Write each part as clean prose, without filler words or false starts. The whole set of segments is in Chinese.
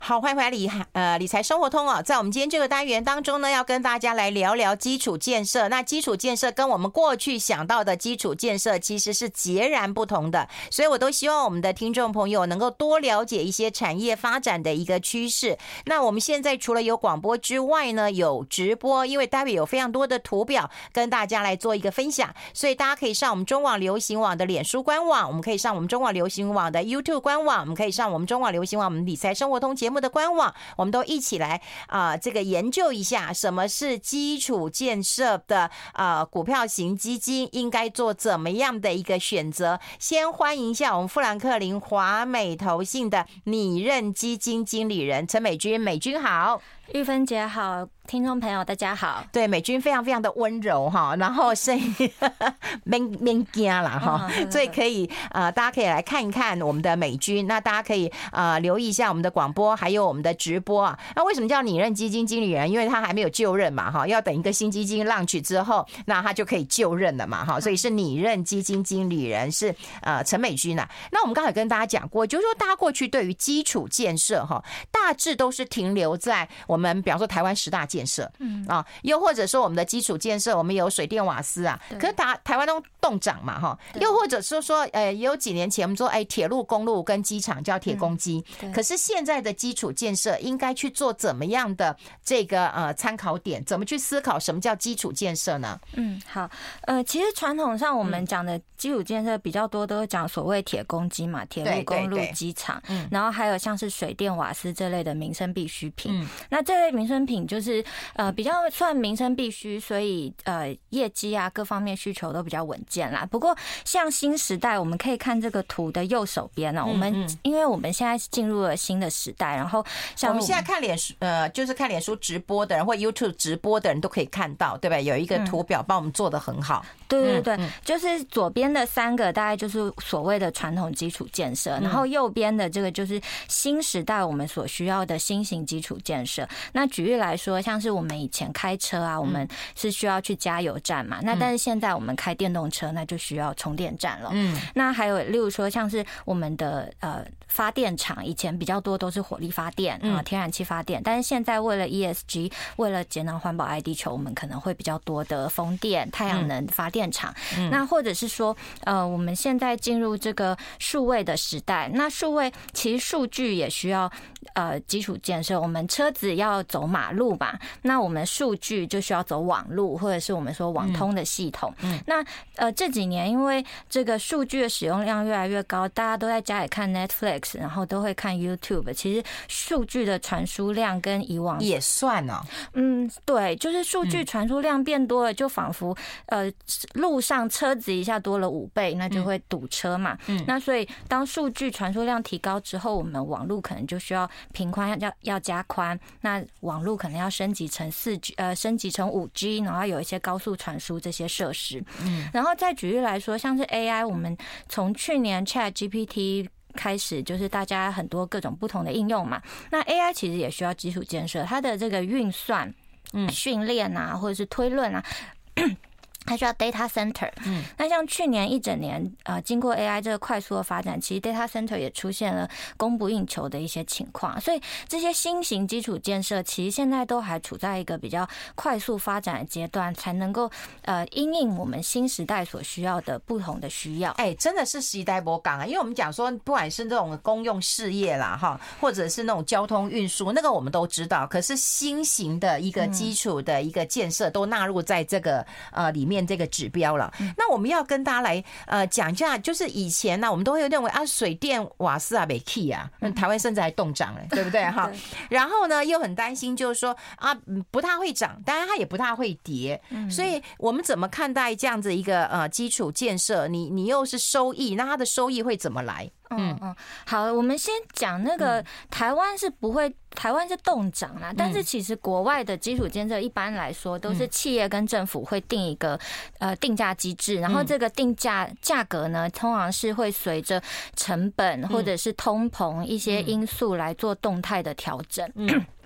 好，欢迎回来理财生活通哦。在我们今天这个单元当中呢，要跟大家来聊聊基础建设。那基础建设跟我们过去想到的基础建设其实是截然不同的，所以我都希望我们的听众朋友能够多了解一些产业发展的一个趋势。那我们现在除了有广播之外呢，有直播，因为待会有非常多的图表跟大家来做一个分享，所以大家可以上我们中网流行网的脸书官网，我们可以上我们中网流行网的 YouTube 官网，我们可以上我们中网流行网我们理财生活通节目的官网，我们都一起来这个研究一下什么是基础建设的股票型基金应该做怎么样的一个选择。先欢迎一下我们富兰克林华美投信的拟任基金经理人陈美君，美君好。 玉芬姐好，听众朋友大家好。 对，美君非常非常的温柔哈，然后声音免惊啦哈，所以可以大家可以来看一看我们的美君，那大家可以留意一下我们的广播还有我们的直播啊。那为什么叫拟任基金经理人？因为他还没有就任嘛哈，要等一个新基金 launch 之后，那他就可以就任了嘛哈，所以是拟任基金经理人是陈美君啊。那我们刚才有跟大家讲过，就是说大家过去对于基础建设哈，大致都是停留在我们比方说台湾10大建设，又或者说我们的基础建设，我们有水电瓦斯啊，可是台湾都动涨嘛哈，又或者说也有几年前我们说铁路公路跟机场叫铁公基，可是现在的基础建设应该去做怎么样的这个参考点，怎么去思考什么叫基础建设呢？ 好，其实传统上我们讲的基础建设比较多都讲所谓铁公基嘛，铁路公路机场，然后还有像是水电瓦斯这类的民生必需品，那这类民生品就是比较算民生必须，所以业绩啊各方面需求都比较稳健啦。不过像新时代，我们可以看这个图的右手边呢，我们因为我们现在进入了新的时代，然后像我们现在看脸书就是看脸书直播的人或 YouTube 直播的人都可以看到，对吧？有一个图表帮我们做得很好。 对，就是左边的3个大概就是所谓的传统基础建设，然后右边的这个就是新时代我们所需要的新型基础建设。那举例来说，像是我们以前开车啊，我们是需要去加油站嘛，那但是现在我们开电动车，那就需要充电站了。那还有例如说像是我们的发电厂，以前比较多都是火力发电天然气发电，但是现在为了 ESG， 为了节能环保爱地球，我们可能会比较多的风电、太阳能发电厂。那或者是说我们现在进入这个数位的时代，那数位其实数据也需要基础建设，我们车子要走马路吧，那我们数据就需要走网路，或者是我们说网通的系统。那这几年因为这个数据的使用量越来越高，大家都在家里看 Netflix， 然后都会看 YouTube， 其实数据的传输量跟以往也算哦。 对，就是数据传输量变多了，就仿佛路上车子一下多了5倍，那就会堵车嘛。那所以当数据传输量提高之后，我们网路可能就需要频宽要加宽，那网路可能要升级成4G，升级成5G， 然后有一些高速传输这些设施。然后再举例来说，像是 AI， 我们从去年 ChatGPT开始，就是大家很多各种不同的应用嘛。那 AI 其实也需要基础建设，它的这个运算、训练啊，或者是推论啊。它需要 data center， 那像去年一整年，经过 AI 这个快速的发展，其实 data center 也出现了供不应求的一些情况，所以这些新型基础建设其实现在都还处在一个比较快速发展的阶段，才能够因应我们新时代所需要的不同的需要。 真的是时代不同啊！因为我们讲说，不管是这种公用事业啦，哈，或者是那种交通运输，那个我们都知道，可是新型的一个基础的一个建设都纳入在这个里面这个指标了。那我们要跟大家来讲一下，就是以前呢，我们都会认为水电瓦斯没起啊，台湾甚至还冻涨了，对不对哈？然后呢，又很担心，就是说不太会涨，当然它也不太会跌，所以我们怎么看待这样子一个基础建设？你又是收益，那它的收益会怎么来？ 好，我们先讲那个台湾是不会，台湾是冻涨啦，但是其实国外的基础建设一般来说都是企业跟政府会定一个定价机制，然后这个定价价格呢，通常是会随着成本或者是通膨一些因素来做动态的调整。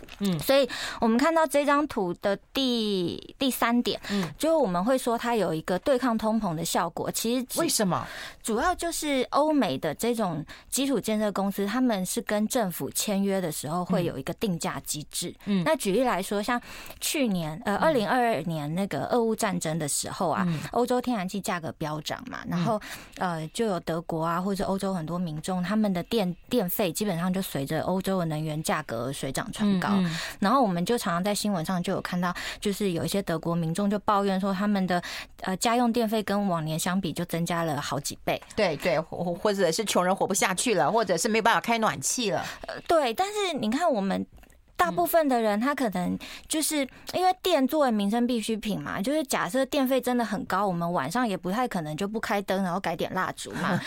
所以我们看到这张图的第3点，就我们会说它有一个对抗通膨的效果。其实为什么？ 主要就是欧美的这种基础建设公司，他们是跟政府签约的时候会有一个定价机制。那举例来说，像去年2022年那个俄乌战争的时候啊，欧洲天然气价格飙涨嘛，然后就有德国啊或者欧洲很多民众，他们的电费基本上就随着欧洲的能源价格水涨船高。然后我们就常常在新闻上就有看到，就是有一些德国民众就抱怨说，他们的家用电费跟往年相比就增加了好几倍。 对对，或者是穷人活不下去了，或者是没有办法开暖气了。 对，但是你看我们。大部分的人他可能就是因为电作为民生必需品嘛，就是假设电费真的很高，我们晚上也不太可能就不开灯，然后改点蜡烛嘛。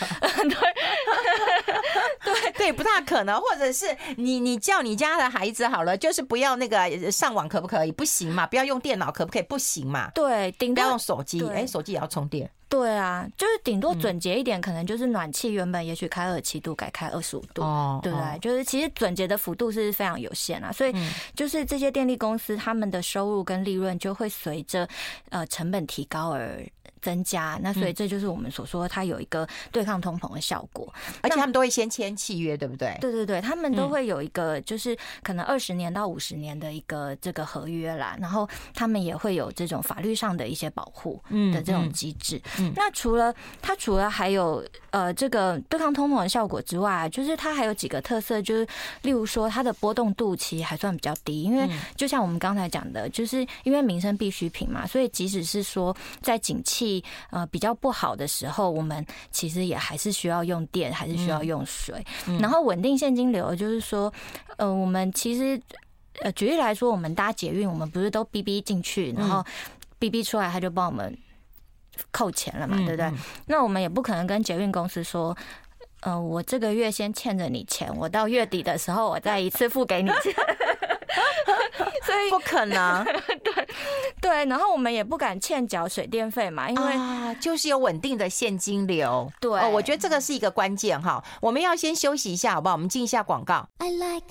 对，不大可能。或者是你叫你家的孩子好了，就是不要那个上网可不可以？不行嘛。不要用电脑可不可以？不行嘛。 对，顶多不要用手机，手机也要充电。 对啊，就是顶多准节一点，可能就是暖气原本也许开27度，改开25度，对不对？就是其实准节的幅度是非常有限啊，所以就是这些电力公司他们的收入跟利润就会随着成本提高而增加，那所以这就是我们所说它有一个对抗通膨的效果， 而且他们都会先签契约，对不对？ 对对对，他们都会有一个就是可能20年到50年的一个这个合约啦，然后他们也会有这种法律上的一些保护的这种机制。那除了还有这个对抗通膨的效果之外，就是它还有几个特色，就是例如说它的波动度其实还算比较低，因为就像我们刚才讲的，就是因为民生必需品嘛，所以即使是说在景气比较不好的时候，我们其实也还是需要用电，还是需要用水。然后稳定现金流，就是说我们其实举例来说，我们搭捷运，我们不是都BB进去，然后BB出来，他就帮我们扣钱了嘛，对不对？那我们也不可能跟捷运公司说，我这个月先欠着你钱，我到月底的时候我再一次付给你钱。所以不可能。 对，然后我们也不敢欠缴水电费嘛，因为就是有稳定的现金流。对，我觉得这个是一个关键哈。我们要先休息一下，好不好？我们进一下广告。I like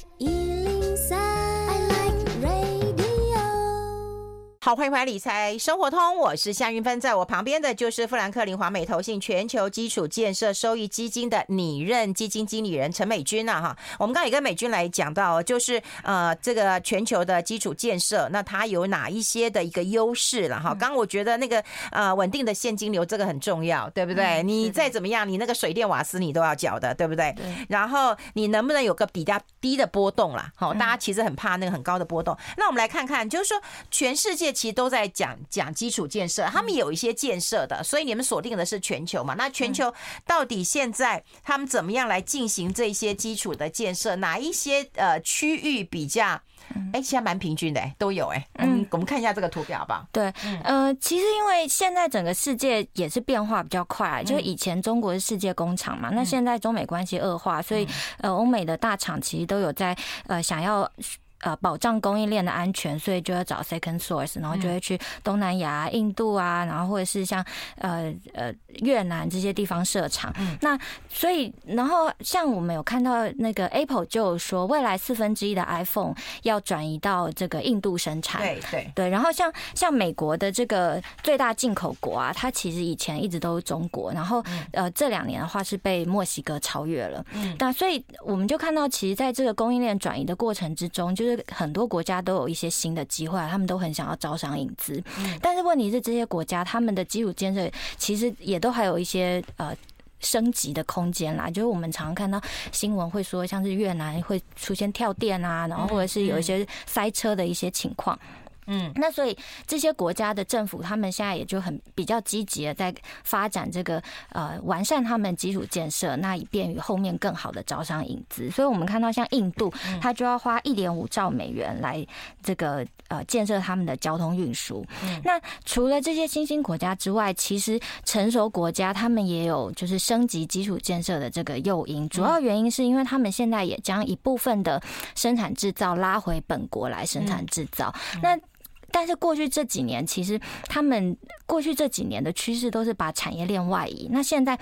103, I like radio。好，欢迎回来理财生活通，我是夏云芬，在我旁边的就是富兰克林华美投信全球基础建设收益基金的拟任基金经理人陈美君啊哈。我们刚刚也跟美君来讲到，就是这个全球的基础建设，那它有哪一些的一个优势了哈？刚刚我觉得那个稳定的现金流这个很重要，对不对？你再怎么样，你那个水电瓦斯你都要缴的，对不对？然后你能不能有个比较低的波动啦？好，大家其实很怕那个很高的波动。那我们来看看，就是说全世界其实都在讲基础建设，他们有一些建设的，所以你们锁定的是全球嘛？那全球到底现在他们怎么样来进行这些基础的建设？哪一些区域比较？现在蛮平均的，都有我们看一下这个图表吧。 对，其实因为现在整个世界也是变化比较快，就是以前中国是世界工厂嘛，那现在中美关系恶化，所以欧美的大厂其实都有在想要保障供应链的安全，所以就要找 second source， 然后就会去东南亚、印度啊，然后或者是像越南这些地方设厂。那所以，然后像我们有看到那个 Apple 就有说，未来1/4的 iPhone 要转移到这个印度生产。对。然后像美国的这个最大进口国啊，它其实以前一直都是中国，然后这2年的话是被墨西哥超越了。那所以我们就看到，其实在这个供应链转移的过程之中，就是很多国家都有一些新的机会，他们都很想要招商引资。但是问题是，这些国家他们的基础建设其实也都还有一些升级的空间啦，就是我们常看到新闻会说，像是越南会出现跳电啊，然后或者是有一些塞车的一些情况。那所以这些国家的政府，他们现在也就比较积极的在发展这个完善他们基础建设，那以便于后面更好的招商引资。所以我们看到像印度，它就要花1.5兆美元来这个建设他们的交通运输。那除了这些新兴国家之外，其实成熟国家他们也有就是升级基础建设的这个诱因，主要原因是因为他们现在也将一部分的生产制造拉回本国来生产制造。但是过去这几年，其实他们过去这几年的趋势都是把产业链外移。那现在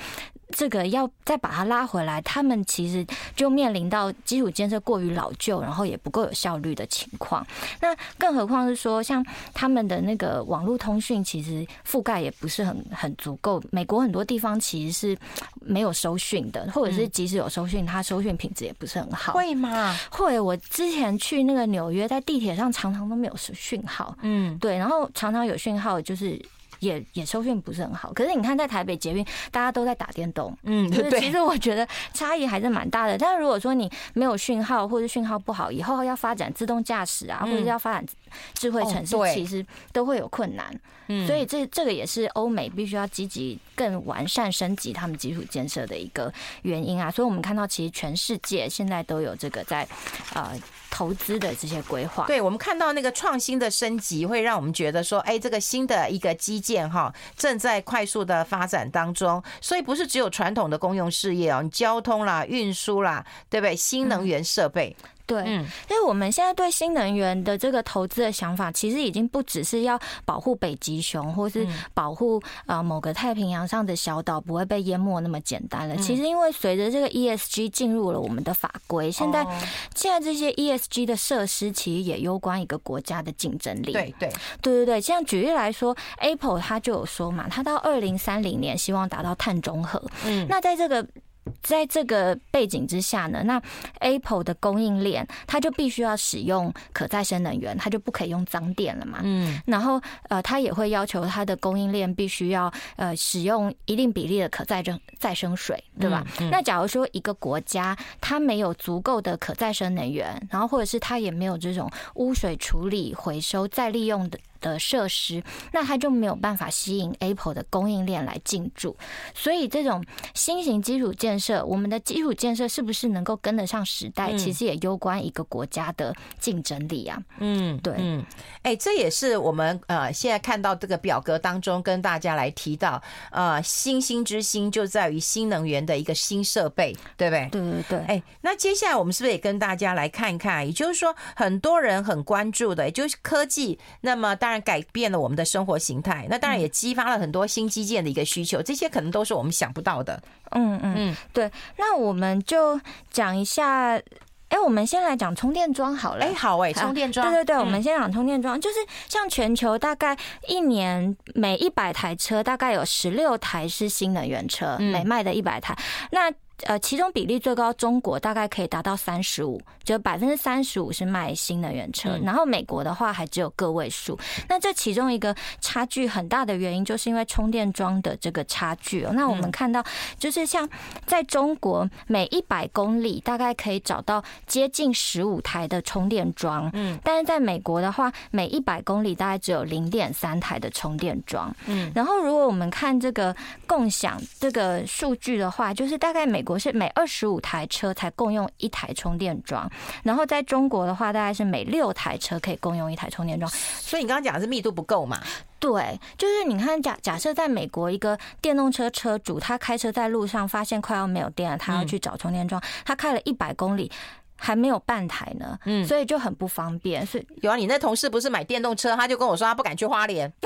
这个要再把它拉回来，他们其实就面临到基础建设过于老旧，然后也不够有效率的情况。那更何况是说，像他们的那个网络通讯，其实覆盖也不是很足够。美国很多地方其实是没有收讯的，或者是即使有收讯，它收讯品质也不是很好。 会吗？ 会。我之前去那个纽约，在地铁上常常都没有讯号。对，然后常常有讯号，就是也收讯不是很好。可是你看，在台北捷运，大家都在打电动，对。其实我觉得差异还是蛮大的。但是如果说你没有讯号，或者讯号不好，以后要发展自动驾驶啊，或者要发展智慧城市，其实都会有困难。所以这个也是欧美必须要积极更完善升级他们基础建设的一个原因啊。所以我们看到，其实全世界现在都有这个在投资的这些规划。 对，我们看到那个创新的升级，会让我们觉得说，这个新的一个基建正在快速的发展当中。所以不是只有传统的公用事业你交通啦、运输啦，对不对？新能源设备。 对，所以我们现在对新能源的这个投资的想法，其实已经不只是要保护北极熊，或是保护某个太平洋上的小岛不会被淹没那么简单了。其实因为随着这个 ESG 进入了我们的法规，现在这些 ESG 的设施其实也攸关一个国家的竞争力。对，像举例来说 ，Apple 它就有说嘛，它到2030年希望达到碳中和。那在这个背景之下呢，那 Apple 的供应链它就必须要使用可再生能源，它就不可以用脏电了嘛。然后它也会要求它的供应链必须要使用一定比例的可再生水，对吧？那假如说一个国家它没有足够的可再生能源，然后或者是它也没有这种污水处理、回收、再利用的设施，那它就没有办法吸引 Apple 的供应链来进驻。所以这种新型基础建设，我们的基础建设是不是能够跟得上时代，其实也攸关一个国家的竞争力啊。对， 这也是我们现在看到这个表格当中跟大家来提到，新兴之星就在于新能源的一个新设备，对不对？对。那接下来我们是不是也跟大家来看一看，也就是说很多人很关注的，也就是科技，那么当然改变了我们的生活形态，那当然也激发了很多新基建的一个需求，这些可能都是我们想不到的。 对。那我们就讲一下，我们先来讲充电桩好了。 好充电桩。 对，我们先讲充电桩，就是像全球大概一年每100台车大概有16台是新能源车，每卖的100台。那其中比例最高，中国大概可以达到35%，就35%是卖新能源车，然后美国的话还只有个位数。那这其中一个差距很大的原因，就是因为充电桩的这个差距。那我们看到，就是像在中国，每100公里大概可以找到接近15台的充电桩，但是在美国的话，每100公里大概只有0.3台的充电桩。然后如果我们看这个共享这个数据的话，就是大概美国是每25台车才共用1台充电桩，然后在中国的话，大概是每6台车可以共用1台充电桩。 所以你刚刚讲的是密度不够嘛？ 对，就是你看假设在美国一个电动车车主，他开车在路上发现快要没有电了，他要去找充电桩，他开了100公里。还没有半台呢，所以就很不方便。所以有你那同事不是买电动车，他就跟我说他不敢去花莲。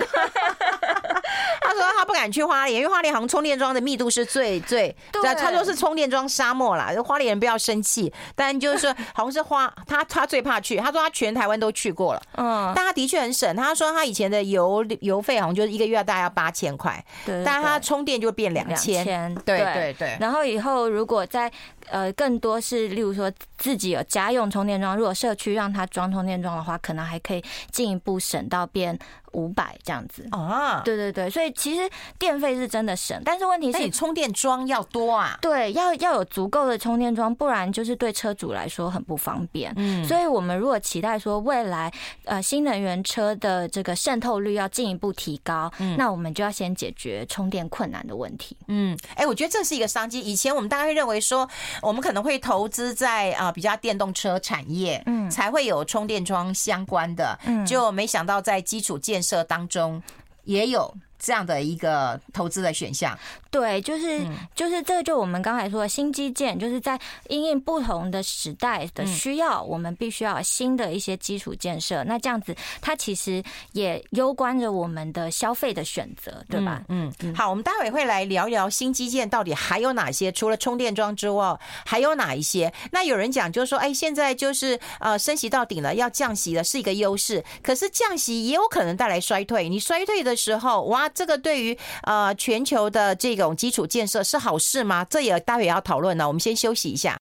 他说他不敢去花莲，因为花莲好像充电桩的密度是最，他说是充电桩沙漠啦。花莲人不要生气，但就是说好像是他最怕去。他说他全台湾都去过了，但他的确很省。他说他以前的油费好像就是1个月大概要8000块，但他充电就变2000。对。 然后以后如果在更多是例如说自己有家用充电桩，如果社区让他装充电桩的话，可能还可以进一步省到变500这样子啊。对，所以其实电费是真的省，但是问题是你充电桩要多啊。 对，要有足够的充电桩，不然就是对车主来说很不方便。所以我们如果期待说未来新能源车的这个渗透率要进一步提高，那我们就要先解决充电困难的问题。 我觉得这是一个商机。以前我们大概会认为说，我们可能会投资在比较电动车产业，才会有充电桩相关的，就没想到在基础建设当中也有这样的一个投资的选项。 对，就是这个，就我们刚才说的新基建，就是在因应不同的时代的需要，我们必须要有新的一些基础建设。那这样子，它其实也攸关着我们的消费的选择，对吧？ 好，我们待会会来聊聊新基建到底还有哪些，除了充电桩之外，还有哪一些？那有人讲就是说，哎，现在就是升息到顶了，要降息了，是一个优势。可是降息也有可能带来衰退。你衰退的时候，哇，这个对于全球的这种基础建设是好事吗？这也待会要讨论呢。我们先休息一下。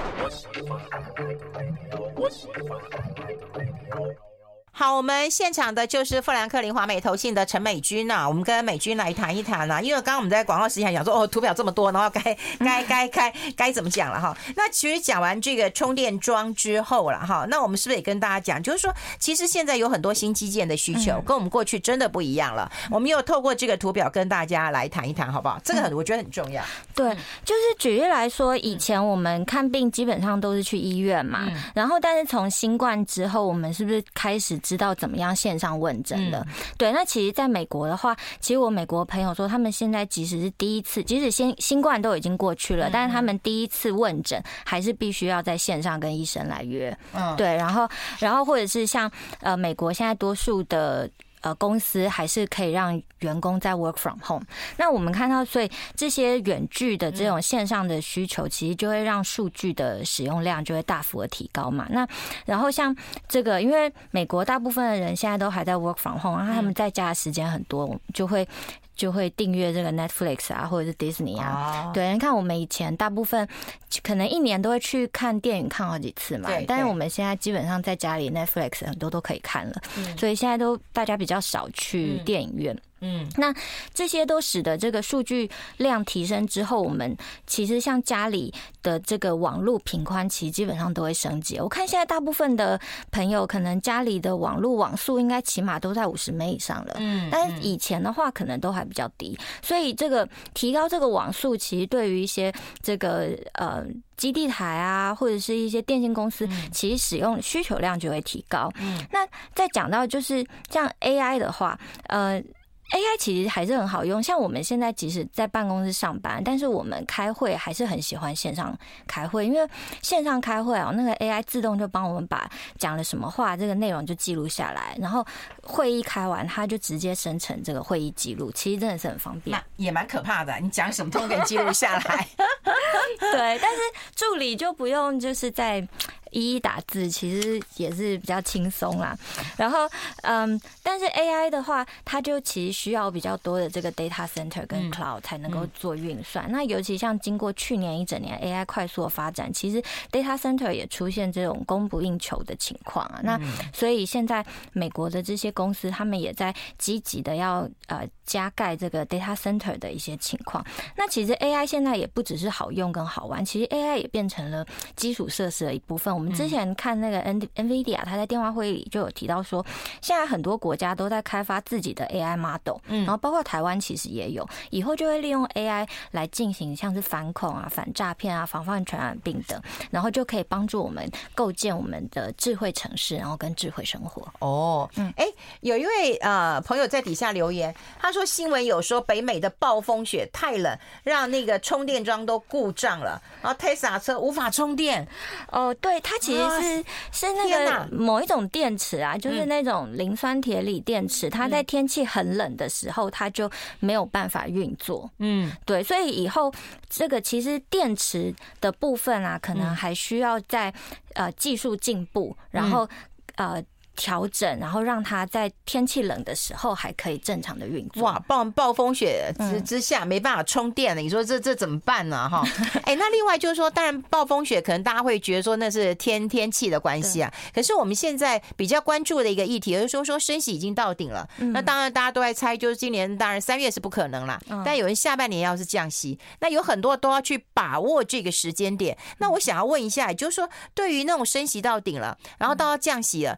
好，我们现场的就是富兰克林华美投信的陈美君啊，我们跟美君来谈一谈啊，因为刚刚我们在广告时间讲说，图表这么多，然后该怎么讲了哈？那其实讲完这个充电桩之后了哈，那我们是不是也跟大家讲，就是说，其实现在有很多新基建的需求，跟我们过去真的不一样了。我们又透过这个图表跟大家来谈一谈，好不好？这个我觉得很重要。 对，就是举例来说，以前我们看病基本上都是去医院嘛，然后但是从新冠之后，我们是不是开始知道怎么样线上问诊了？对，那其实在美国的话，其实我美国朋友说，他们现在即使是第一次，即使新冠都已经过去了，但是他们第一次问诊还是必须要在线上跟医生来约。对，然后或者是像美国现在多数的公司还是可以让员工在 work from home。那我们看到，所以这些远距的这种线上的需求，其实就会让数据的使用量就会大幅的提高嘛。那然后像这个，因为美国大部分的人现在都还在 work from home，然后他们在家的时间很多，就会订阅这个 Netflix 啊，或者是 Disney 啊。对，你看我们以前大部分可能一年都会去看电影看好几次嘛，但是我们现在基本上在家里 Netflix 很多都可以看了，所以现在大家比较少去电影院。那这些都使得这个数据量提升之后，我们其实像家里的这个网络频宽其实基本上都会升级。我看现在大部分的朋友可能家里的网速应该起码都在50 Mbps 以上了，但是以前的话可能都还比较低，所以这个提高这个网速，其实对于一些这个基地台啊，或者是一些电信公司，其实使用需求量就会提高。那再讲到就是像 AI 的话，AI 其实还是很好用，像我们现在即使在办公室上班，但是我们开会还是很喜欢线上开会，因为线上开会那个 AI 自动就帮我们把讲了什么话这个内容就记录下来，然后会议开完它就直接生成这个会议记录，其实真的是很方便。 也蛮可怕的，你讲什么都给记录下来。 对，但是助理就不用就是在一一打字，其实也是比较轻松啦。然后但是 AI 的话，它就其实需要比较多的这个 data center 跟 cloud 才能够做运算。那尤其像经过去年一整年 AI 快速的发展，其实 data center 也出现这种供不应求的情况啊。那所以现在美国的这些公司，他们也在积极的要加盖这个 data center 的一些情况。那其实 AI 现在也不只是好用跟好玩，其实 AI 也变成了基础设施的一部分。我们之前看那个 NVIDIA， 他在电话会议里就有提到说，现在很多国家都在开发自己的 AI model， 然后包括台湾其实也有，以后就会利用 AI 来进行像是反恐啊、反诈骗啊、防范传染病等，然后就可以帮助我们构建我们的智慧城市，然后跟智慧生活。 有一位朋友在底下留言，他说新闻有说北美的暴风雪太冷，让那个充电桩都故障了，然后 Tesla 车无法充电。 对，它其实是那个某一种电池啊，就是那种磷酸铁锂电池，它在天气很冷的时候，它就没有办法运作。对，所以以后这个其实电池的部分啊，可能还需要在技术进步，然后调整，然后让它在天气冷的时候还可以正常的运作。 哇，暴风雪之下没办法充电了，你说这怎么办呢？哈，那另外就是说，当然暴风雪可能大家会觉得说那是天气的关系啊。可是我们现在比较关注的一个议题，就是说升息已经到顶了。那当然大家都在猜，就是今年当然3月是不可能啦，但有人下半年要是降息，那有很多都要去把握这个时间点。那我想要问一下，就是说对于那种升息到顶了，然后到要降息了，这个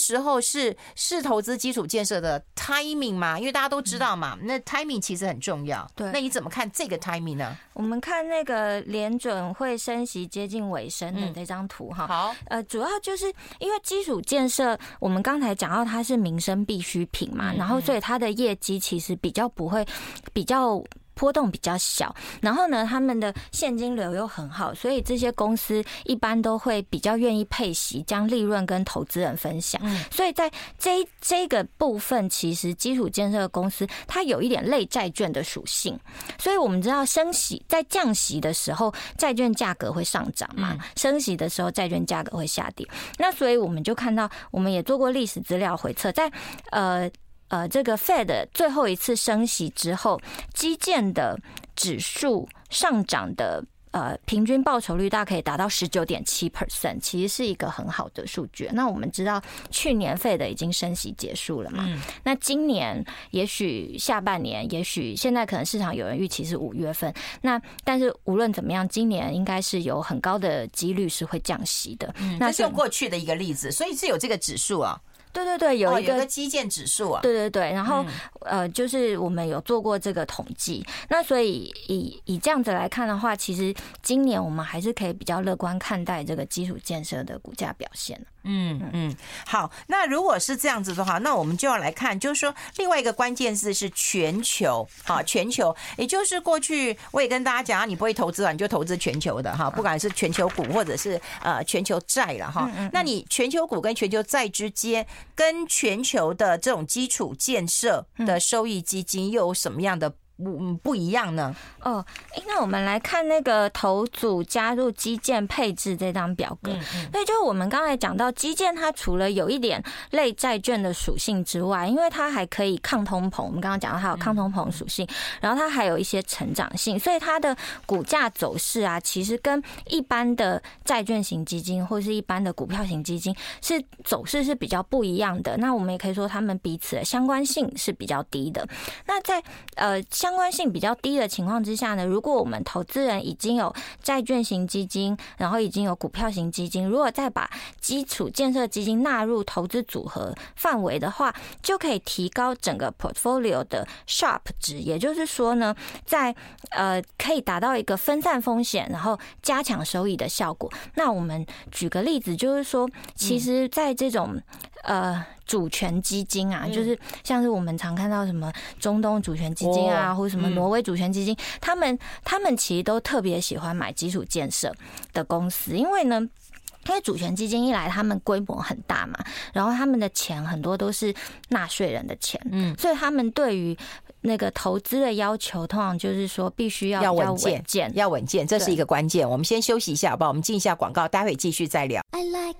时候是投资基础建设的 timing 嘛？因为大家都知道嘛，那 timing 其实很重要。 对， 那你怎么看这个 timing 呢？ 我们看那个联准会升息接近尾声的这张图哈。 好， 主要就是因为基础建设，我们刚才讲到它是民生必需品嘛，然后所以它的业绩其实比较不会比较波动比较小，然后呢，他们的现金流又很好，所以这些公司一般都会比较愿意配息，将利润跟投资人分享。所以在这个部分，其实基础建设公司它有一点类债券的属性。所以我们知道升息在降息的时候，债券价格会上涨嘛；升息的时候，债券价格会下跌。那所以我们就看到，我们也做过历史资料回测，在这个 Fed 最后一次升息之后，基建的指数上涨的平均报酬率大概可以达到 19.7%， 其实是一个很好的数据。那我们知道去年 Fed 已经升息结束了嘛，那今年也许下半年，也许现在可能市场有人预期是5月份，那但是无论怎么样，今年应该是有很高的几率是会降息的。 那是用过去的一个例子，所以是有这个指数啊。 对对对，有一个基建指数啊。 对对对，然后就是我们有做过这个统计，那所以以这样子来看的话，其实今年我们还是可以比较乐观看待这个基础建设的股价表现。 好，那如果是这样子的话，那我们就要来看，就是说另外一个关键字是全球，全球，也就是过去我也跟大家讲，你不会投资啊，你就投资全球的哈，不管是全球股或者是全球债了哈。那你全球股跟全球债之间，跟全球的这种基础建设的收益基金又有什么样的不一样呢？ 那我们来看那个投组加入基建配置这张表格。所以就我们刚才讲到基建，它除了有一点类债券的属性之外，因为它还可以抗通膨，我们刚刚讲到它有抗通膨属性，然后它还有一些成长性，所以它的股价走势啊，其实跟一般的债券型基金或是一般的股票型基金是走势是比较不一样的。那我们也可以说它们彼此的相关性是比较低的。那在相关性比较低的情况之下呢，如果我们投资人已经有债券型基金，然后已经有股票型基金，如果再把基础建设基金纳入投资组合范围的话，就可以提高整个 portfolio 的 Sharpe 值，也就是说呢，在可以达到一个分散风险，然后加强收益的效果。那我们举个例子，就是说，其实在这种主权基金啊，就是像是我们常看到什么中东主权基金啊，或者什么挪威主权基金，他们其实都特别喜欢买基础建设的公司，因为主权基金一来，他们规模很大嘛，然后他们的钱很多都是纳税人的钱，所以他们对于那个投资的要求，通常就是说必须要稳健， 要稳健，这是一个关键。我们先休息一下，好不好？我们进一下广告，待会继续再聊。 I like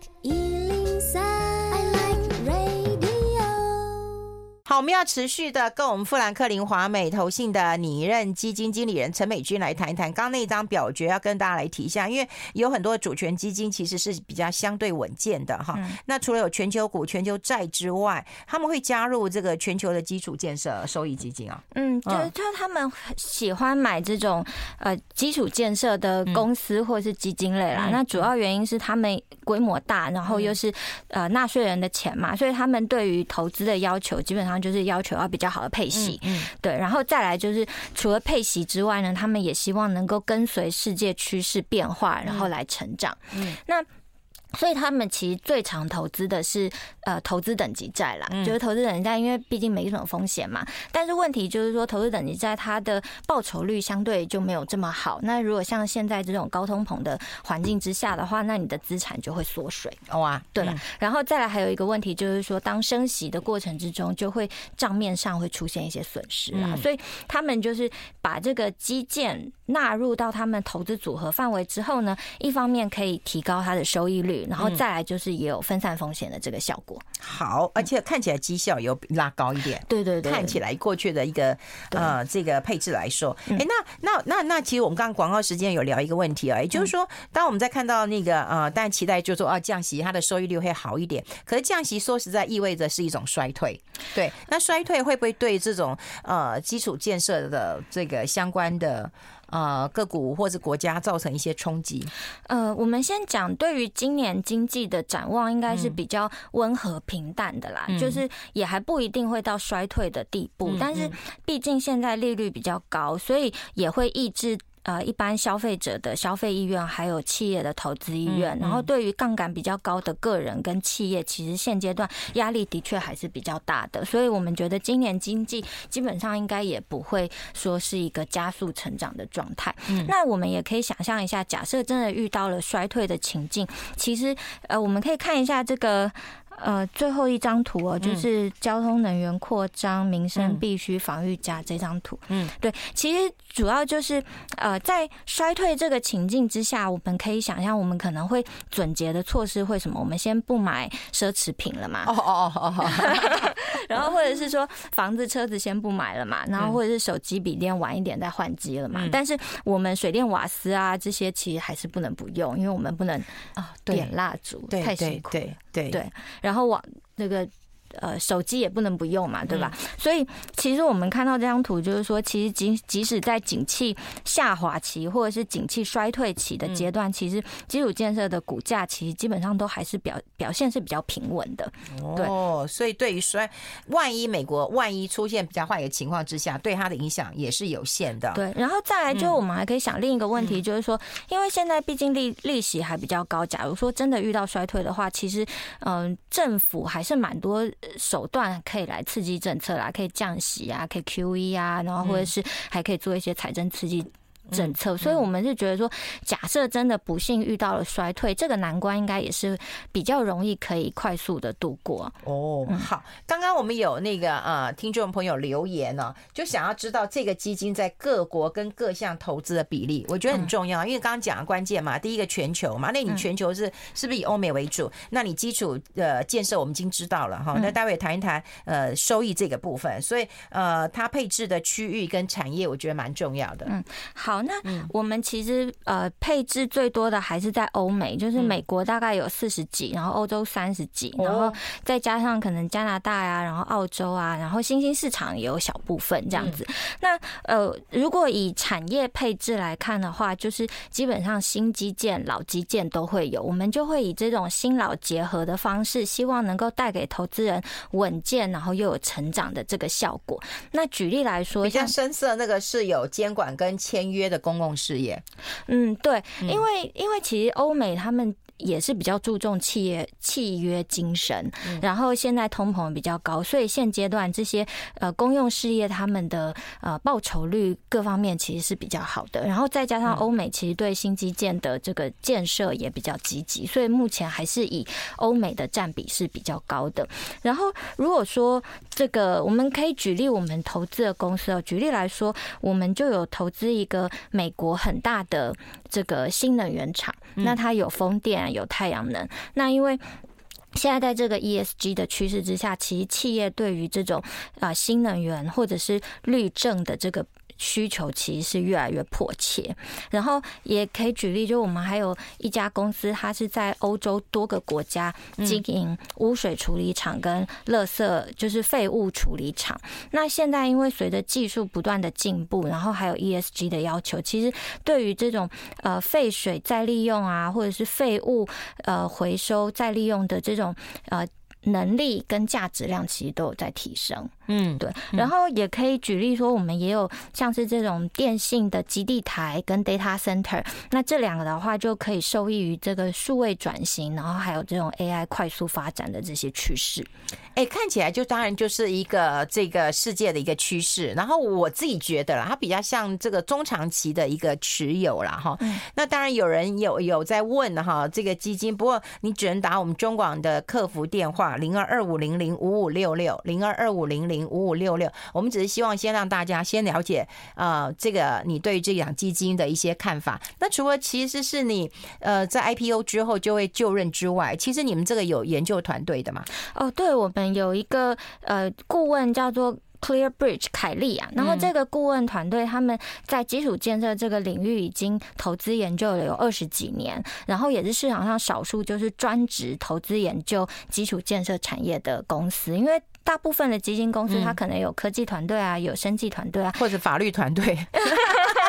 103I like radio。 好，我们要持续的跟我们富兰克林华美投信的拟任基金经理人陈美君来谈一谈。刚刚那张表决要跟大家来提一下，因为有很多主权基金其实是比较相对稳健的哈。那除了有全球股、全球债之外，他们会加入这个全球的基础建设收益基金啊。 就是他们喜欢买这种基础建设的公司或是基金类啦。那主要原因是他们规模大，然后又是纳税人的钱嘛，所以他们对于投资的要求基本上就是要求要比较好的配息，对，然后再来就是除了配息之外呢，他们也希望能够跟随世界趋势变化，然后来成长。那所以他们其实最常投资的是投资等级债啦，就是投资等级债，因为毕竟没什么风险嘛。但是问题就是说，投资等级债它的报酬率相对就没有这么好。那如果像现在这种高通膨的环境之下的话，那你的资产就会缩水。对了，然后再来还有一个问题就是说，当升息的过程之中，就会账面上会出现一些损失啦。所以他们就是把这个基建纳入到他们投资组合范围之后呢，一方面可以提高它的收益率，然后再来就是也有分散风险的这个效果。 好，而且看起来绩效有拉高一点。对对对，看起来过去的一个这个配置来说，那其实我们刚刚广告时间有聊一个问题啊，也就是说，当我们在看到那个但期待就是说降息，它的收益率会好一点，可是降息说实在意味着是一种衰退。对，那衰退会不会对这种基础建设的这个相关的个股或者国家造成一些冲击？ 我们先讲对于今年经济的展望，应该是比较温和平淡的啦，就是也还不一定会到衰退的地步，但是毕竟现在利率比较高，所以也会抑制一般消费者的消费意愿，还有企业的投资意愿。然后对于杠杆比较高的个人跟企业，其实现阶段压力的确还是比较大的。所以我们觉得今年经济基本上应该也不会说是一个加速成长的状态。那我们也可以想象一下，假设真的遇到了衰退的情境，其实我们可以看一下这个。最后一张图哦，就是交通能源扩张、民生必须、防御加这张图。对，其实主要就是在衰退这个情境之下，我们可以想象，我们可能会总结的措施会什么？我们先不买奢侈品了嘛，然后或者是说房子、车子先不买了嘛，然后或者是手机、笔电晚一点再换机了嘛。但是我们水电、瓦斯啊这些其实还是不能不用，因为我们不能点蜡烛，太辛苦了。对，然后那个手机也不能不用嘛，对吧？所以其实我们看到这张图，就是说，其实即使在景气下滑期或者是景气衰退期的阶段，其实基础建设的股价其实基本上都还是表现是比较平稳的。对， 所以对于万一美国出现比较坏的情况之下，对它的影响也是有限的。 对，然后再来就我们还可以想另一个问题，就是说，因为现在毕竟利息还比较高，假如说真的遇到衰退的话，其实政府还是蛮多手段可以来刺激政策啦，可以降息啊，可以 QE 啊，然后或者是还可以做一些财政刺激政策，所以我们是觉得说，假设真的不幸遇到了衰退，这个难关应该也是比较容易可以快速的度过。 好，刚刚我们有那个听众朋友留言呢，就想要知道这个基金在各国跟各项投资的比例，我觉得很重要，因为刚刚讲的关键嘛，第一个全球嘛，那你全球是不是以欧美为主？那你基础建设我们已经知道了哈，那待会谈一谈收益这个部分，所以它配置的区域跟产业，我觉得蛮重要的。 好，那我们其实配置最多的还是在欧美，就是美国大概有40几，然后欧洲30几，然后再加上可能加拿大啊，然后澳洲啊，然后新兴市场也有小部分这样子。那如果以产业配置来看的话，就是基本上新基建、老基建都会有，我们就会以这种新老结合的方式，希望能够带给投资人稳健，然后又有成长的这个效果。那举例来说， 比较深色那个是有监管跟签约的公共事业。 对，因为其实欧美他们也是比较注重契约精神，然后现在通膨比较高，所以现阶段这些公用事业他们的报酬率各方面其实是比较好的，然后再加上欧美其实对新基建的这个建设也比较积极，所以目前还是以欧美的占比是比较高的。然后如果说这个我们可以举例我们投资的公司，举例来说，我们就有投资一个美国很大的这个新能源厂，那它有风电有太阳能，那因为现在在这个 ESG 的趋势之下，其实企业对于这种新能源或者是绿政的这个需求其实是越来越迫切。然后也可以举例，就我们还有一家公司，它是在欧洲多个国家经营污水处理厂跟垃圾就是废物处理厂。那现在因为随着技术不断的进步，然后还有 ESG 的要求，其实对于这种废水再利用啊，或者是废物回收再利用的这种能力跟价值量其实都有在提升。对。然后也可以举例说，我们也有像是这种电信的基地台跟 data center， 那这两个的话就可以受益于这个数位转型，然后还有这种 AI 快速发展的这些趋势。 看起来就当然就是一个这个世界的一个趋势。然后我自己觉得啦，它比较像这个中长期的一个持有啦哈。那当然有人有在问哈这个基金，不过你只能打我们中广的客服电话0225005566，0225005566。我们只是希望先让大家先了解这个你对这档基金的一些看法。那除了其实是你在 IPO 之后就会就任之外，其实你们这个有研究团队的嘛？ 对，我们有一个顾问叫做ClearBridge 凯利啊，然后这个顾问团队他们在基础建设这个领域已经投资研究了有20几年，然后也是市场上少数就是专职投资研究基础建设产业的公司。因为大部分的基金公司它可能有科技团队啊，有生技团队啊， 或者法律团队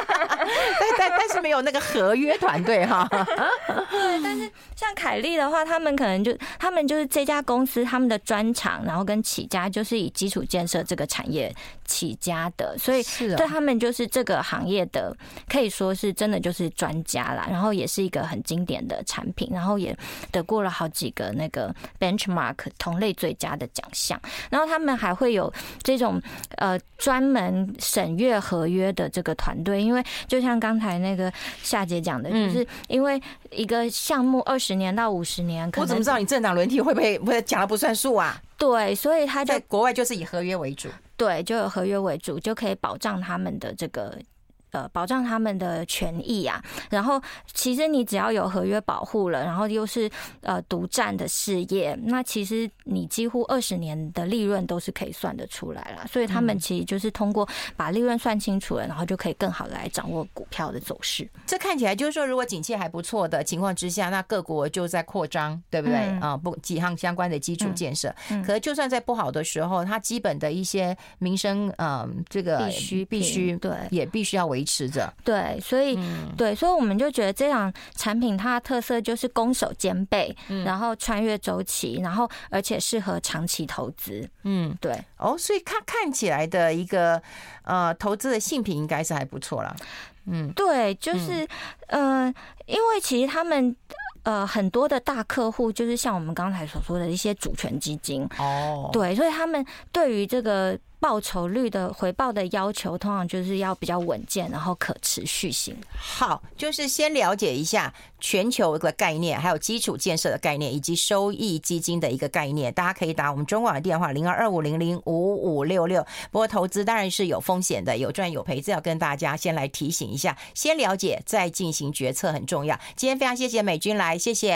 但是没有那个合约团队哈。 对，但是像凯利的话，他们就是这家公司他们的专长，然后跟起家就是以基础建设这个产业起家的，所以对他们就是这个行业的可以说是真的就是专家啦。然后也是一个很经典的产品，然后也得过了好几个那个 benchmark 同类最佳的奖项。然后他们还会有这种专门审阅合约的这个团队，因为就像刚才那个夏姐讲的，就是因为一个项目20年到50年， 我怎么知道你政党轮替会不会讲了不算数啊？ 对，所以他就在国外就是以合约为主， 对，就有合约为主，就可以保障他们的这个。保障他们的权益啊，然后其实你只要有合约保护了，然后又是独占的事业，那其实你几乎20年的利润都是可以算得出来了。所以他们其实就是通过把利润算清楚了，然后就可以更好来掌握股票的走势。 这看起来就是说，如果景气还不错的情况之下，那各国就在扩张，对不对？不几项相关的基础建设。可是就算在不好的时候，它基本的一些民生这个必须对也必须要维持着。 对，所以对，所以我们就觉得这档产品它的特色就是攻守兼备，然后穿越周期，然后而且适合长期投资。对。 所以看起来的一个投资的性品应该是还不错啦。 对，就是因为其实他们。很多的大客户就是像我们刚才所说的一些主权基金，对，所以他们对于这个报酬率的回报的要求，通常就是要比较稳健，然后可持续性。 好，就是先了解一下全球的概念，还有基础建设的概念，以及收益基金的一个概念。大家可以打我们中广的电话0225005566。不过投资当然是有风险的，有赚有赔，这要跟大家先来提醒一下，先了解再进行决策很重要。今天非常谢谢美君来，谢谢。